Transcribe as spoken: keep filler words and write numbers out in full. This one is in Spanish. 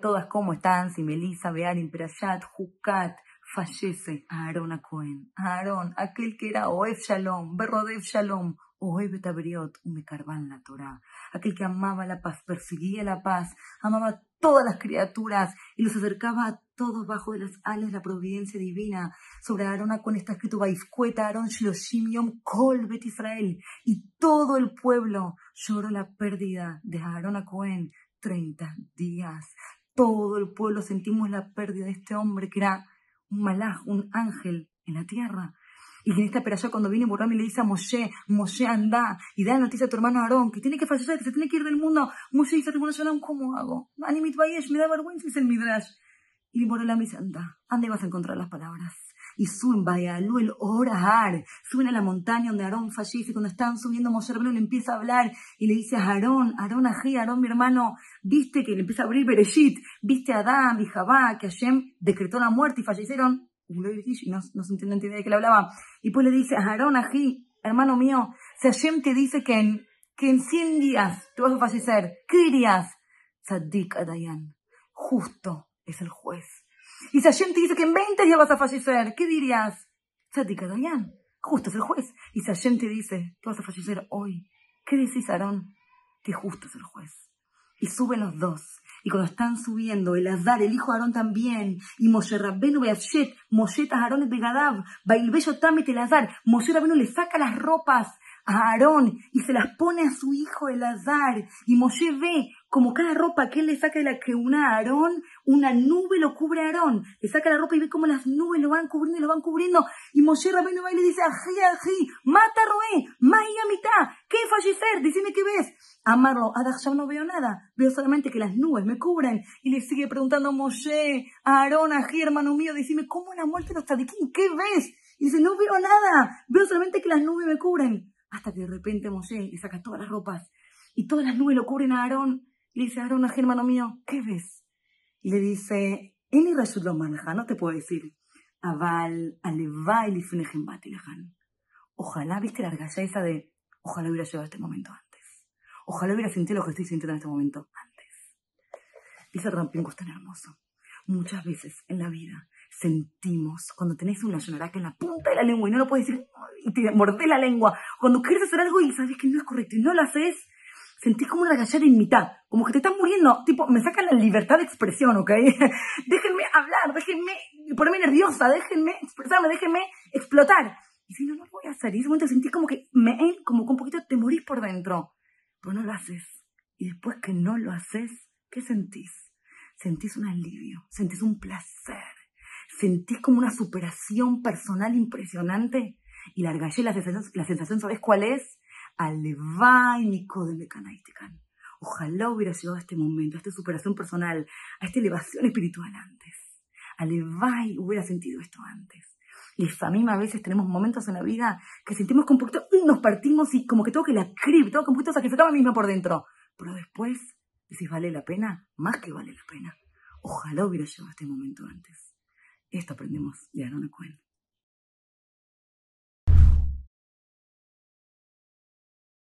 todas cómo están, si Melissa, Bearim, Perashat, Jucat, fallece Aarón a Cohen. Aarón, aquel que era Oev Shalom, Berrodev Shalom, Oev Tabriot, Umekarban la Torah. Aquel que amaba la paz, perseguía la paz, amaba a todas las criaturas y los acercaba a todos bajo de las alas de la providencia divina. Sobre Aarón a Cohen está escrito Vaifkueta Aarón Shloshim Yom Kol Bet Israel. Y todo el pueblo lloró la pérdida de Aarón a Cohen treinta días. Todo el pueblo sentimos la pérdida de este hombre que era un malaj, un ángel en la tierra. Y en esta perashá cuando viene Borrami le dice a Moshe, Moshe anda y da la noticia a tu hermano Aarón que tiene que fallecer, que se tiene que ir del mundo. Moshe dice, ¿cómo hago? Animit Bayesh, me da vergüenza, dice el Midrash. Y Borrami dice, anda, anda y vas a encontrar las palabras. Y suben, vaya, el Orahar, suben a la montaña donde Aarón fallece. Cuando están subiendo, Moshe Rabbeinu le empieza a hablar y le dice a Aarón, Aarón ají, Aarón mi hermano, viste que le empieza a abrir Bereshit, viste a Adán y Javá, que Hashem decretó la muerte y fallecieron. Y no, no se entiende idea de qué le hablaba. Y pues le dice a Aarón ají, hermano mío, si Hashem te dice que en, que en cien días te vas a fallecer, ¿qué dirías? Tzadik Adayan, justo es el juez. Y si Hashem te dice que en veinte días vas a fallecer, ¿qué dirías? Tzadik Adayan, justo es el juez. Y si Hashem te dice que vas a fallecer hoy, ¿qué decís, Aarón? Que justo es el juez. Y suben los dos. Y cuando están subiendo, Elazar, el hijo de Aarón también, y Moshe Rabbeinu Beashet, Moshe Aarón Begadav, Bailbello Tamet Elazar, Moshe Rabbeinu le saca las ropas a Aarón y se las pone a su hijo Elazar. Y Moshe ve como cada ropa que él le saca de la que una a Aarón, una nube lo cubre a Aarón. Le saca la ropa y ve como las nubes lo van cubriendo y lo van cubriendo. Y Moshe Rabbeinu va y le dice, ají, ají, mata roé, magia mitad, ¿qué fallecer? Decime qué ves. Amarlo, Adacham no veo nada, veo solamente que las nubes me cubren. Y le sigue preguntando a Moshe, a Aarón, ají, hermano mío, decime cómo la muerte de los tzadikim, ¿qué ves? Y dice, no veo nada, veo solamente que las nubes me cubren. Hasta que de repente Moshe le saca todas las ropas y todas las nubes lo cubren a Aarón. Le dice, Aarón, ají, hermano mío, ¿qué ves? Y le dice, Eni Rashut lo manja, no te puedo decir. Aval, alevai lifnejem batilejan. Ojalá, viste la argalla esa de, ojalá hubiera llegado a este momento antes. Ojalá hubiera sentido lo que estoy sintiendo en este momento antes. Dice el Rampín, es tan hermoso. Muchas veces en la vida sentimos, cuando tenés una lloraca en la punta de la lengua y no lo puedes decir, y te mordés la lengua, cuando quieres hacer algo y sabes que no es correcto y no lo haces, sentís como una gallada en mitad, como que te están muriendo, tipo, me sacan la libertad de expresión, ¿ok? Déjenme hablar, déjenme ponerme nerviosa, déjenme expresarme, déjenme explotar. Y si no, no lo voy a hacer. Y en ese momento sentís como que, me, como que un poquito te morís por dentro, pero no lo haces. Y después que no lo haces, ¿qué sentís? Sentís un alivio, sentís un placer, sentís como una superación personal impresionante. Y la argallé, la sensación, la sensación, ¿sabes cuál es? Alevai Nikodem Lekanaitekan. Ojalá hubiera llegado a este momento, a esta superación personal, a esta elevación espiritual antes. Alevai hubiera sentido esto antes. Y a mí a veces tenemos momentos en la vida que sentimos que un poquito nos partimos y como que tengo que la crib, tengo que un poquito sacrificar a mí misma por dentro. Pero después decís, ¿vale la pena? Más que vale la pena. Ojalá hubiera llegado a este momento antes. Esto aprendemos de Aarón a Cohen.